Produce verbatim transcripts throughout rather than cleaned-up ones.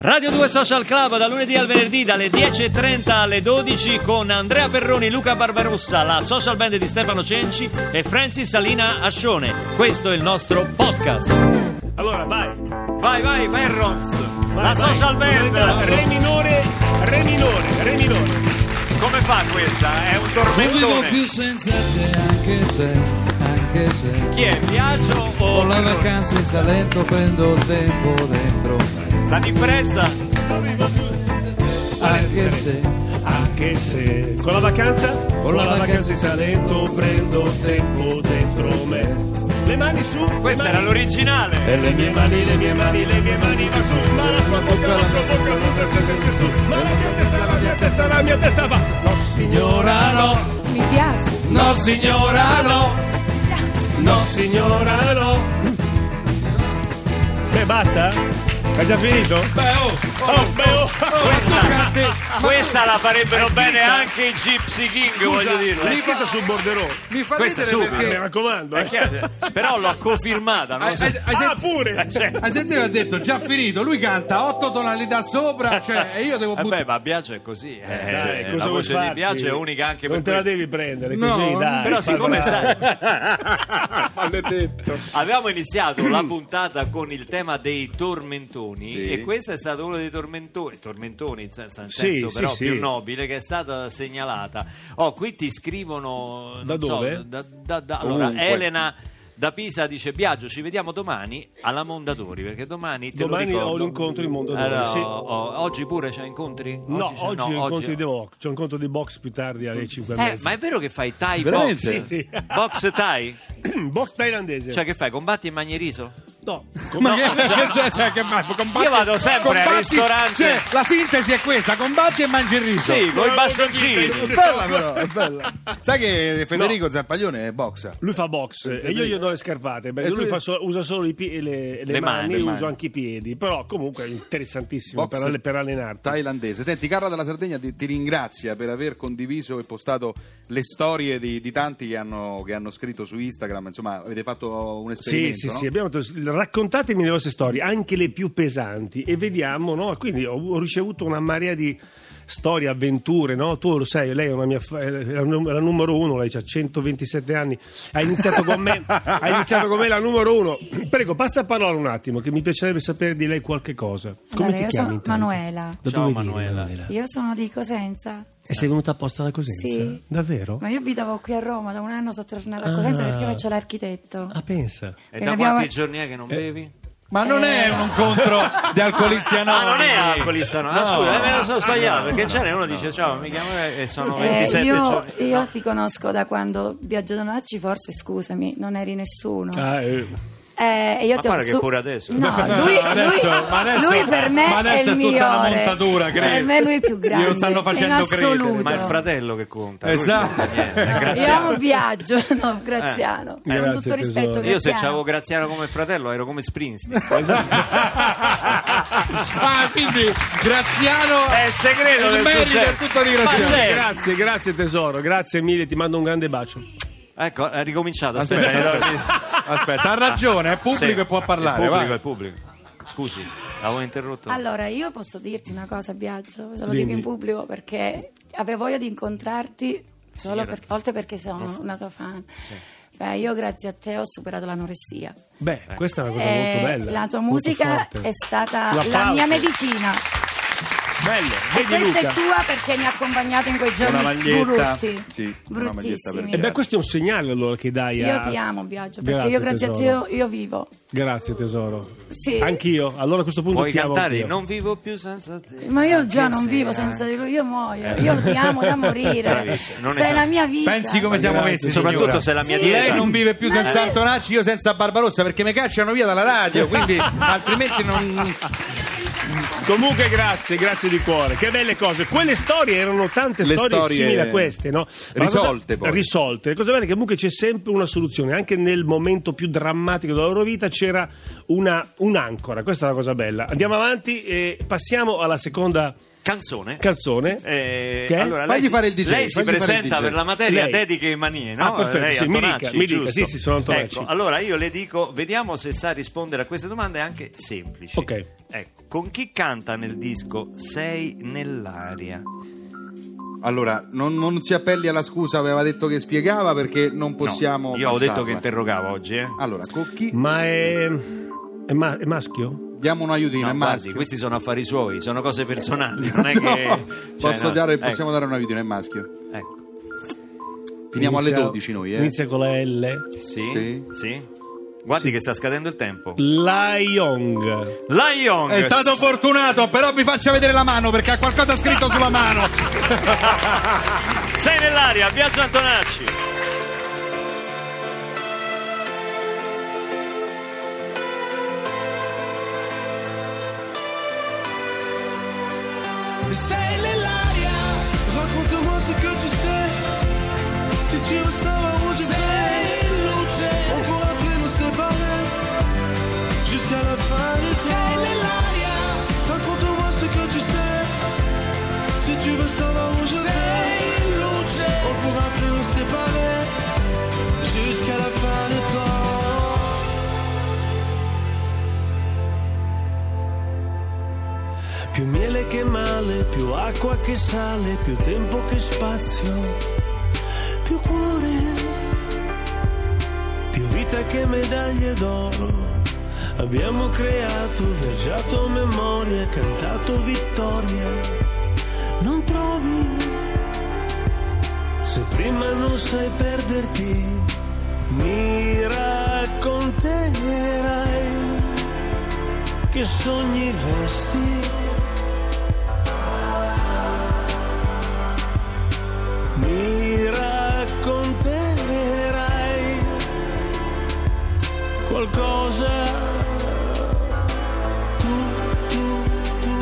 Radio due Social Club da lunedì al venerdì dalle dieci e trenta alle dodici con Andrea Perroni, Luca Barbarossa, la social band di Stefano Cenci e Francis Salina Ascione. Questo è il nostro podcast. Allora vai, Vai, vai, Perrons, vai la vai. social band. Re minore, re minore, re minore. Come fa questa? È un Non vivo tormentone. più senza te, anche se, anche se Chi è? Biagio o con la Perroni? vacanza in Salento prendo tempo dentro. La differenza? Anche se, Anche se con la vacanza, con la vacanza in Salento prendo tempo dentro me. Le mani su, Questa le era mani. l'originale. E le mie mani, le mie mani, le mie mani va su, ma la tua bocca, la tua bocca non deve sempre su. Ma la mia testa, la mia testa, la mia testa va. No signora no, Mi piace, no signora no, mi piace. no signora no. Beh basta? Hai già finito? beh oh, Oh, beh, oh. Questa, questa la farebbero bene anche i Gypsy King, voglio dire. L'hai scritta sul borderò. mi fa Questa ridere subito. Mi perché raccomando, È eh. chiaro, però l'ho cofirmata, non hai, so. hai, hai, Ah, sent- pure! Cioè, hai sentito, ha detto già finito, lui canta otto tonalità sopra, cioè e io devo vabbè, buttare. ma Biagio è così. eh, Dai, la cosa vuoi voce di farci? Biagio è unica anche Non per te la questo. devi prendere No, così, dai. Però siccome sai, Maledetto. avevamo iniziato la puntata con il tema dei tormentoni, Sì. e questo è stato uno dei tormentoni, tormentoni in senso, in Sì, senso sì, però sì. più nobile, che è stata segnalata. Oh, qui ti scrivono non Da so, dove? da, da, da- allora, Comunque. Elena da Pisa dice: Biagio, ci vediamo domani alla Mondadori, perché domani te Domani lo ricordo. ho l'incontro in Mondadori, Allora, sì. oh, oggi pure c'è incontri? No, c'è- oggi ho no, incontri di box. C'è un incontro di box più tardi alle cinque e Eh, mezza. ma è vero che fai Thai Veramente? box? Sì, sì. Box Thai? Box thailandese. Cioè che fai? Combatti in Magneriso? no, Ma che, che, che, che, ma- combatti- Io vado sempre al combatti- ristorante. Cioè, la sintesi è questa: combatti e mangi il riso. Sì, con i No, bastoncini. non ho È capito. bella però, è bella. Sai che Federico Zampaglione boxa? Lui fa box e io gli do le scarpate perché E lui tu- fa so- usa solo i pie- le, le Le mani, mani, le io mani. uso anche i piedi, però comunque è interessantissimo Box per, alle- per allenarti. thailandese. Senti, Carla della Sardegna ti, ti ringrazia per aver condiviso e postato le storie di, di tanti che hanno, che hanno scritto su Instagram. Insomma, avete fatto un Sì, esperimento, sì, no? sì, abbiamo detto, raccontatemi le vostre storie, anche le più pesanti, e vediamo, no? Quindi ho, ho ricevuto una marea di storie, avventure, no? Tu lo sai, lei è una mia fa- è la, num- la numero uno, lei ha centoventisette anni, ha iniziato con me, ha iniziato con me la numero uno. Prego, passa a parola un attimo, che mi piacerebbe sapere di lei qualche cosa. Come Allora, ti io chiami? sono intanto? Manuela. Da Ciao, dove vieni, Manuela. Manuela? Io sono di Cosenza. E sei venuta apposta da Cosenza? Sì. Davvero? Ma io abitavo qui a Roma, da un anno sono tornata a Cosenza Ah. perché faccio l'architetto. Ah, pensa. E Che da abbiamo- quanti giorni è che non bevi? Ma non è un incontro di alcolisti Ah, anonimi. non è alcolista, no? Ah, scusa, eh, me lo sono sbagliato, perché c'è uno dice ciao, mi chiamo e sono Eh, ventisette io, giorni. io ti conosco da quando Biagio Donacci, forse scusami, non eri nessuno. Ah, eh. Eh, e io Ma ti ho guarda che su- pure adesso. No, No, lui, adesso- lui- ma adesso- lui per me ma adesso è il è tutta una migliore. montatura, credo. Per me lui è più grande. Glielo stanno facendo in credere. assoluto. Ma è il fratello che conta. lui Esatto. non conta niente, è Io Graziano. amo Biagio, no, Graziano. Eh. Con Grazie, tutto rispetto, tesoro. Io se Graziano. c'avevo Graziano come fratello ero come Springsteen. Esatto. Ah, quindi Graziano È il segreto il del merito successo. è tutto di Ma Graziano. certo. Grazie, grazie tesoro, grazie mille, ti mando un grande bacio. Ecco, è ricominciato. Aspetta, Aspetta, aspetta, ha ragione, è pubblico Sì, e può parlare. È pubblico, vai. è pubblico. Scusi, l'avevo interrotto. Allora, io posso dirti una cosa, Biagio, te lo Dimmi. dico in pubblico perché avevo voglia di incontrarti solo Sì, perché, oltre perché sono una tua fan. Beh, io grazie a te ho superato l'anoressia. Beh, questa è una cosa Eh, molto bella. La tua molto musica forte. è stata L'applauso. la mia medicina. Bello, E vedi questa Luca. è tua perché mi ha accompagnato in quei giorni Una maglietta, brutti. sì, una maglietta per bruttissimi. E beh, questo è un segnale allora che dai a... Io ti amo, Biagio, perché Grazie, io grazie tesoro. a te io, io vivo. Grazie tesoro. Sì. Anch'io, allora a questo punto Puoi ti amo cantare anch'io. Non vivo più senza te. Ma io già Anche non se- vivo senza di lui, io muoio. Io ti amo da morire. Bravissimo, non Sei esatto. la mia vita. Pensi come siamo Grazie, messi, Soprattutto signora. se la mia Sì. dieta. Lei non vive più Ma senza non è- Antonacci, io senza Barbarossa, perché mi cacciano via dalla radio, quindi altrimenti non... Comunque grazie, grazie di cuore. Che belle cose. Quelle storie erano tante Le storie, storie simili a queste, no? Ma la cosa- risolte poi. Risolte. La cosa bella è che comunque c'è sempre una soluzione. Anche nel momento più drammatico della loro vita c'era una, un'ancora. Questa è la cosa bella. Andiamo avanti e passiamo alla seconda canzone. Canzone. Eh, Che? allora, lei Fagli si, fare il D J, lei si fagli fare il presenta D J. per la materia Lei. dediche e manie, no? Ah, perfetto, Lei, sì, mi Antonacci, dica, mi dica, giusto? sì, sì, sono Antonacci. Ecco, allora io le dico, vediamo se sa rispondere a queste domande anche semplici. Ok. Ecco, con chi canta nel disco Sei nell'aria? Allora, non, non si appelli alla scusa, aveva detto che spiegava perché non possiamo. No, io ho detto passarla. che interrogavo oggi, eh? Allora, con chi Ma è, è, ma- è maschio? diamo un aiutino? No, è guardi, maschio. questi sono affari suoi, sono cose personali, non è No, che... cioè, posso no, dare, ecco, possiamo dare un aiutino, è maschio. ecco. Finiamo Inizia- alle dodici noi, eh. Inizia con la L. Sì, Sì. sì. Guardi che sta scadendo il tempo. La Young. La Young. È stato fortunato, però mi faccia vedere la mano perché ha qualcosa scritto sulla mano. Sei nell'aria, Biagio Antonacci. Sei nell'aria, raconte-moi ce que tu sais. Si tu veux savoir où je vais, luce, on pourra plus nous séparer jusqu'à la fin des temps. Sei nell'aria, raconte-moi ce que tu sais. Si tu veux savoir où je vais, luce, on pourra plus nous séparer jusqu'à la fin des temps. Più miele che male, più acqua che sale, più tempo che spazio, più cuore, più vita che medaglie d'oro. Abbiamo creato, viaggiato memoria, cantato vittoria. Non trovi, se prima non sai perderti, mi racconterai che sogni vesti. Mi racconterai qualcosa, tu, tu, tu.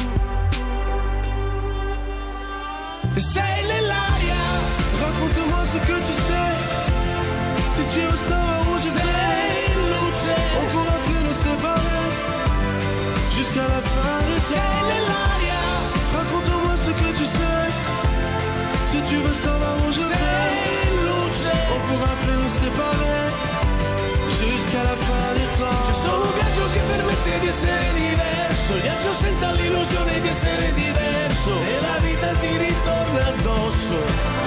Sei nell'aria, raconte-moi ce que tu sais. Si tu veux savoir où je vais, luce, on pourra plus nous séparer jusqu'à la fin des temps. Sei nell'aria, raconte-moi ce que tu sais. Si tu veux savoir où je vais, luce, on pourra plus nous séparer jusqu'à la fin des temps. C'è solo un viaggio che permette di essere diverso, il viaggio senza l'illusione di essere diverso, e la vita ti ritorna addosso.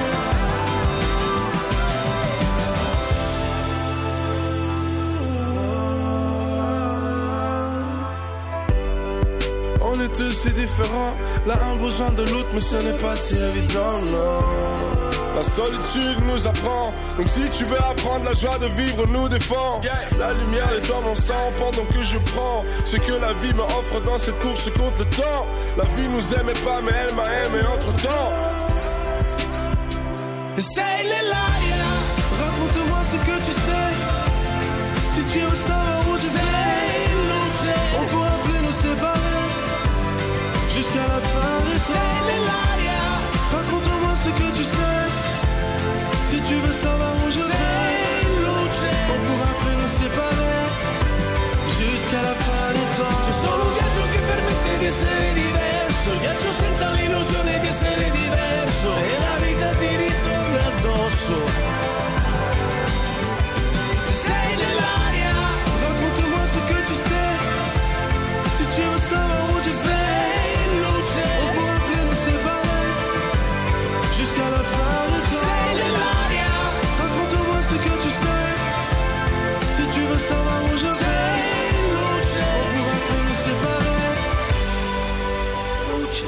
On est tous si différents, l'un a besoin de l'autre, mais ce n'est pas si évident, non. La solitude nous apprend, donc si tu veux apprendre la joie de vivre, nous défend. La lumière est dans mon sang pendant que je prends ce que la vie me offre dans cette course contre le temps. La vie nous aimait pas, mais elle m'a aimé entre temps. Sei nell'aria, raconte-moi ce que tu sais. Si tu veux savoir où je vais, luce, on pourra plus nous séparer jusqu'à la fin des temps. Sei nell'aria, raconte-moi ce que tu sais. Si tu veux savoir où je vais, luce, on pourra plus nous séparer jusqu'à la fin des temps. C'è solo un viaggio che permette di essere diverso, il viaggio senza l'illusione di essere diverso, e la vita ti ritorna addosso. Sei nell'aria, raconte-moi ce que tu sais. Si tu veux savoir où je vais, luce, on pourra plus nous séparer jusqu'à la fin des temps. Sei nell'aria, raconte-moi ce que tu sais. Si tu veux savoir où je vais, luce, on pourra plus nous séparer. Luce.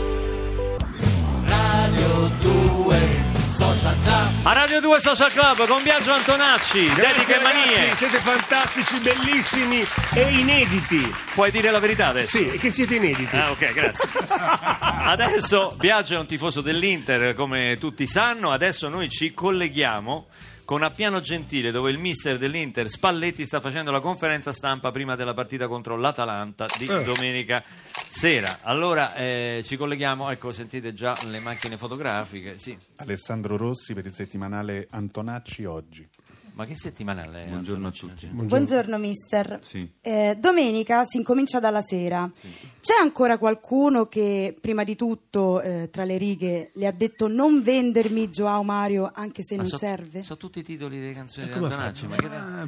Radio due Social Club. A Radio due Social Club con Biagio Antonacci, dediche e Ragazzi, manie. siete fantastici, bellissimi e inediti. Puoi dire la verità adesso? Sì, che siete inediti. Ah, ok, grazie. Adesso Biagio è un tifoso dell'Inter, come tutti sanno. Adesso noi ci colleghiamo con Appiano Gentile, dove il mister dell'Inter Spalletti sta facendo la conferenza stampa prima della partita contro l'Atalanta di Eh. domenica sera. Allora eh, ci colleghiamo, ecco, sentite già le macchine fotografiche. Sì. Alessandro Rossi per il settimanale Antonacci oggi. Ma che settimanale è? Buongiorno a tutti. Buongiorno. Buongiorno mister. Sì. Eh, domenica si incomincia dalla sera. C'è ancora qualcuno che prima di tutto eh, tra le righe le ha detto non vendermi Joao Mario anche se Ma non so, serve? sono tutti i titoli delle canzoni di come Antonacci, ma che Eh,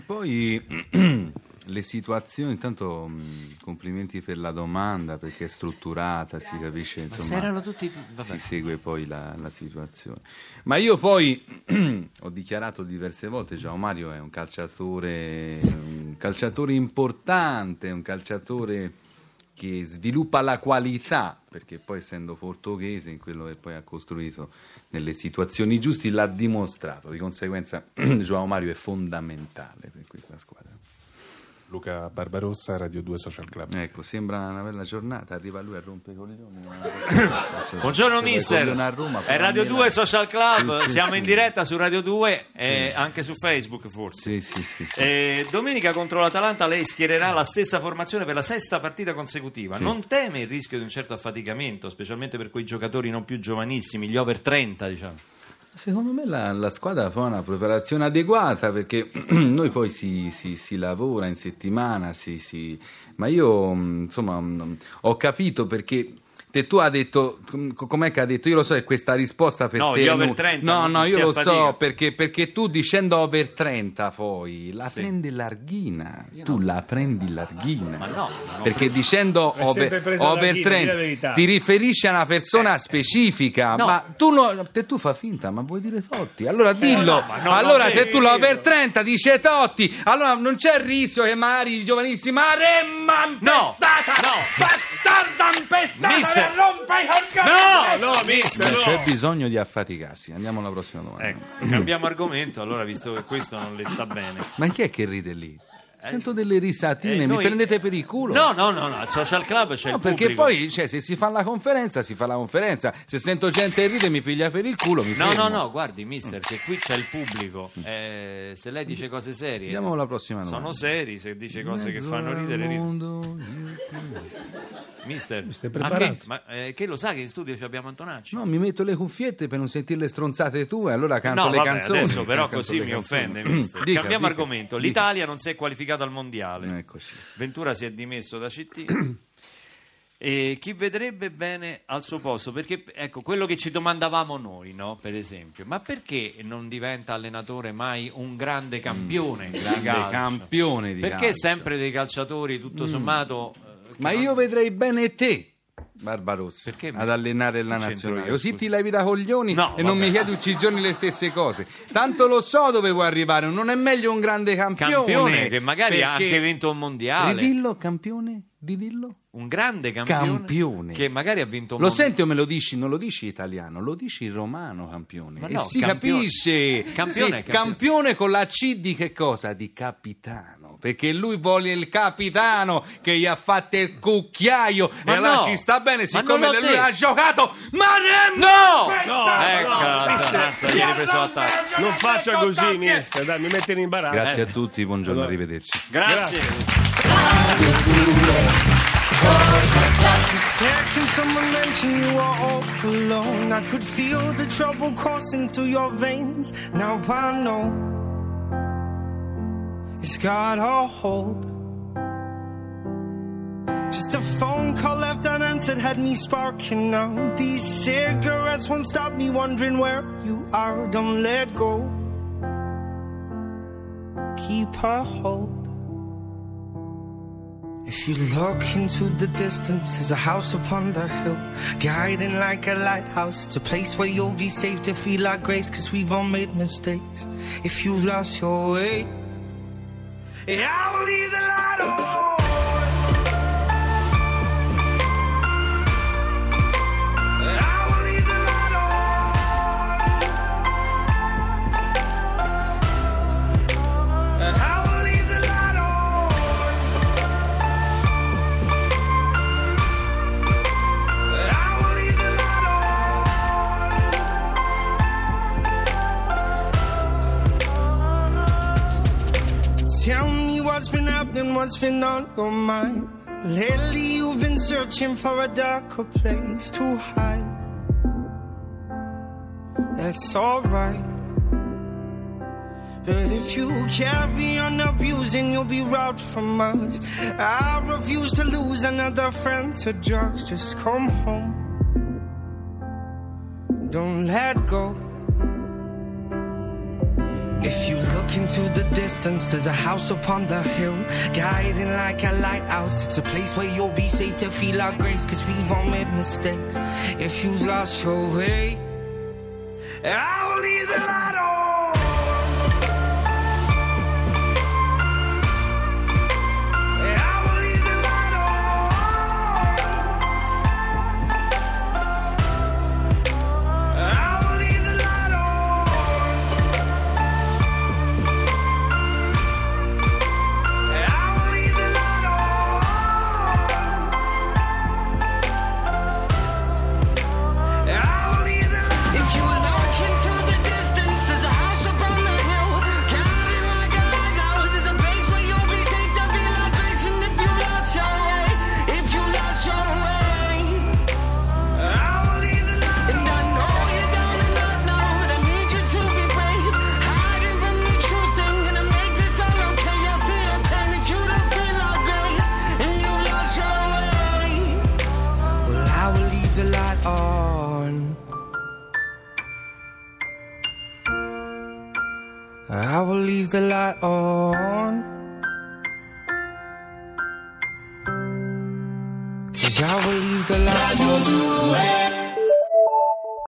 poi le situazioni, intanto mh, complimenti per la domanda perché è strutturata, si capisce, Ma insomma, se erano tutti vabbè. si segue poi la, la situazione. Ma io poi ho dichiarato diverse volte, Joao Mario è un calciatore, un calciatore importante, un calciatore che sviluppa la qualità, perché poi essendo portoghese in quello che poi ha costruito nelle situazioni giuste l'ha dimostrato, di conseguenza Joao Mario è fondamentale per questa squadra. Luca Barbarossa, Radio due Social Club. Ecco, sembra una bella giornata, arriva lui a rompere i coglioni. Buongiorno mister, a Roma, è Radio però due Social Club, Sì, sì, siamo sì. in diretta su Radio due e anche su Facebook forse. Sì, sì, sì, sì. E domenica contro l'Atalanta lei schiererà la stessa formazione per la sesta partita consecutiva. Sì. Non teme il rischio di un certo affaticamento, specialmente per quei giocatori non più giovanissimi, gli over trenta, diciamo? Secondo me la, la squadra fa una preparazione adeguata perché noi poi si, si, si lavora in settimana, si, si... ma io mh, insomma mh, ho capito perché te tu ha detto, com- com'è che ha detto, io lo so che questa risposta per No, te gli è over nu- trenta no non no si io lo affatica. so perché, perché tu dicendo over trenta poi la Sì. prendi larghina, Io tu no. la prendi larghina, Ma no, non perché pre- dicendo È sempre over, presa over larghina, di la trenta verità. ti riferisci a una persona specifica, no. ma tu, no, te tu fa finta, ma vuoi dire Totti, allora dillo, no, ma no, allora no, se no, tu l'over trenta dice Totti, allora non c'è il rischio che magari i giovanissimi ma remma No, impestata, no. bastarda impestata, Mister. che rompe i coglioni. No, no, mister, Non no. c'è bisogno di affaticarsi, andiamo alla prossima domanda. Ecco, cambiamo argomento, allora, visto che questo non le sta bene. Ma chi è che ride lì? Sento delle risatine, Eh, mi noi- prendete per il culo? No, no, no, no, al Social Club c'è No, il perché pubblico. poi cioè, se si fa la conferenza si fa la conferenza, se sento gente che ride mi piglia per il culo, mi No, fermo. no, no, guardi, mister, che qui c'è il pubblico. Eh, se lei dice cose serie, Andiamo alla prossima domanda. sono seri. Se dice cose che Mezzo fanno al ridere, ride. mondo, Mister, stai ma preparato? che, ma, eh, che lo sa che in studio ci abbiamo Antonacci? No, mi metto le cuffiette per non sentire le stronzate tue, allora canto No, le vabbè, canzoni. adesso però Canto così le mi canzoni. offende, mister. Dica, Cambiamo dica, argomento. dica. L'Italia non si è qualificata al mondiale. Eccoci. Ventura si è dimesso da C T. E chi vedrebbe bene al suo posto? Perché ecco quello che ci domandavamo noi, no? Per esempio, ma perché non diventa allenatore mai un grande campione di Grande calcio? campione di Perché calcio. sempre dei calciatori tutto sommato eh, Ma che io non- vedrei bene te, Barbarossa, Perché mi- ad allenare la che c'entro nazionale. io, Così scusi? ti levi da coglioni No, e non vabbè. mi chiedi tutti i giorni le stesse cose. Tanto lo so dove vuoi arrivare, non è meglio un grande campione? campione che magari ha Perché- anche vinto un mondiale. Ridillo, campione? Ridillo? Un grande campione, Campione. che magari ha vinto un Lo mondiale. senti o me lo dici? Non lo dici italiano, lo dici romano campione. Ma e no, si campione. capisce. Campione, Sì, campione. campione con la C di che cosa? Di capitano. Perché lui vuole il capitano che gli ha fatto il cucchiaio. Ma e allora no. ci sta bene, Ma siccome non l'ho lui detto. ha giocato. Ma ne- No! No, ecco, no, Tanto, gli hai ripreso l'attacco. Non faccia così, mister, dai, mi mette in imbarazzo. Grazie Eh. a tutti, buongiorno, Allora. arrivederci. Grazie. Second someone mentioned you were all alone, I could feel the trouble coursing through your veins. Now I know it's got a hold. Just a phone call left unanswered had me sparking now. These cigarettes won't stop me wondering where you are. Don't let go, keep a hold. If you look into the distance, there's a house upon the hill, guiding like a lighthouse. It's a place where you'll be safe to feel our grace, cause we've all made mistakes. If you've lost your way, yeah, I will leave the light on. I will leave the light on. I will leave the light on. I will leave the light on. Tell me what's been happening, what's been on your mind. Lately you've been searching for a darker place to hide. That's alright. But if you carry on abusing, you'll be robbed from us. I refuse to lose another friend to drugs. Just come home, don't let go. If you look into the distance, there's a house upon the hill, guiding like a lighthouse. It's a place where you'll be safe to feel our grace, cause we've all made mistakes. If you've lost your way, I will leave the light on. I will leave the light on, 'cause I will leave the light on.